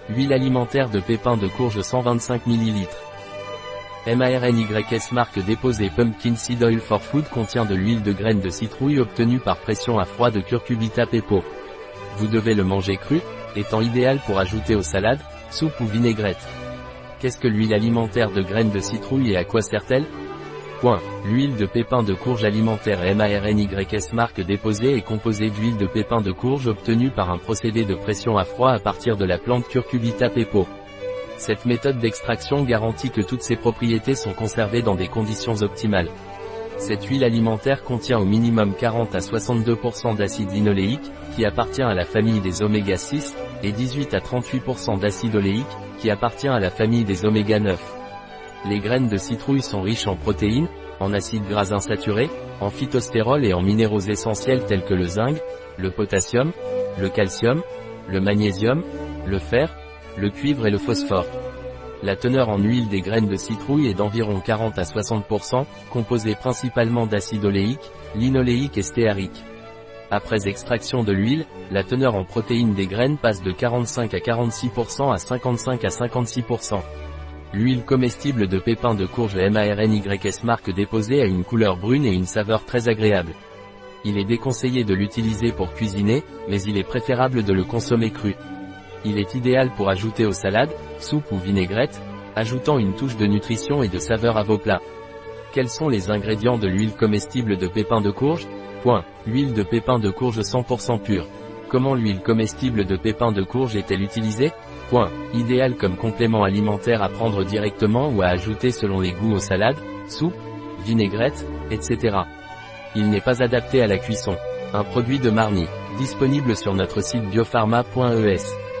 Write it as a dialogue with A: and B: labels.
A: Huile alimentaire de pépins de courge 125 ml. MARNYS marque déposée Pumpkin Seed Oil for Food contient de l'huile de graines de citrouille obtenue par pression à froid de Curcubital pepo. Vous devez le manger cru, étant idéal pour ajouter aux salades, soupes ou vinaigrettes. Qu'est-ce que l'huile alimentaire de graines de citrouille et à quoi sert-elle? L'huile de pépins de courge alimentaire MARNYS marque déposée est composée d'huile de pépins de courge obtenue par un procédé de pression à froid à partir de la plante Curcubital pepo. Cette méthode d'extraction garantit que toutes ses propriétés sont conservées dans des conditions optimales. Cette huile alimentaire contient au minimum 40 à 62% d'acide linoléique, qui appartient à la famille des oméga 6, et 18 à 38% d'acide oléique, qui appartient à la famille des oméga 9. Les graines de citrouille sont riches en protéines, en acides gras insaturés, en phytostérol et en minéraux essentiels tels que le zinc, le potassium, le calcium, le magnésium, le fer, le cuivre et le phosphore. La teneur en huile des graines de citrouille est d'environ 40 à 60%, composée principalement d'acide oléique, linoléique et stéarique. Après extraction de l'huile, la teneur en protéines des graines passe de 45 à 46% à 55 à 56%. L'huile comestible de pépins de courge MARNYS marque déposée a une couleur brune et une saveur très agréable. Il est déconseillé de l'utiliser pour cuisiner, mais il est préférable de le consommer cru. Il est idéal pour ajouter aux salades, soupes ou vinaigrettes, ajoutant une touche de nutrition et de saveur à vos plats. Quels sont les ingrédients de l'huile comestible de pépins de courge? Huile de pépins de courge 100% pure. Comment l'huile comestible de pépins de courge est-elle utilisée? Idéal comme complément alimentaire à prendre directement ou à ajouter selon les goûts aux salades, soupes, vinaigrettes, etc. Il n'est pas adapté à la cuisson. Un produit de Marni, disponible sur notre site biopharma.es.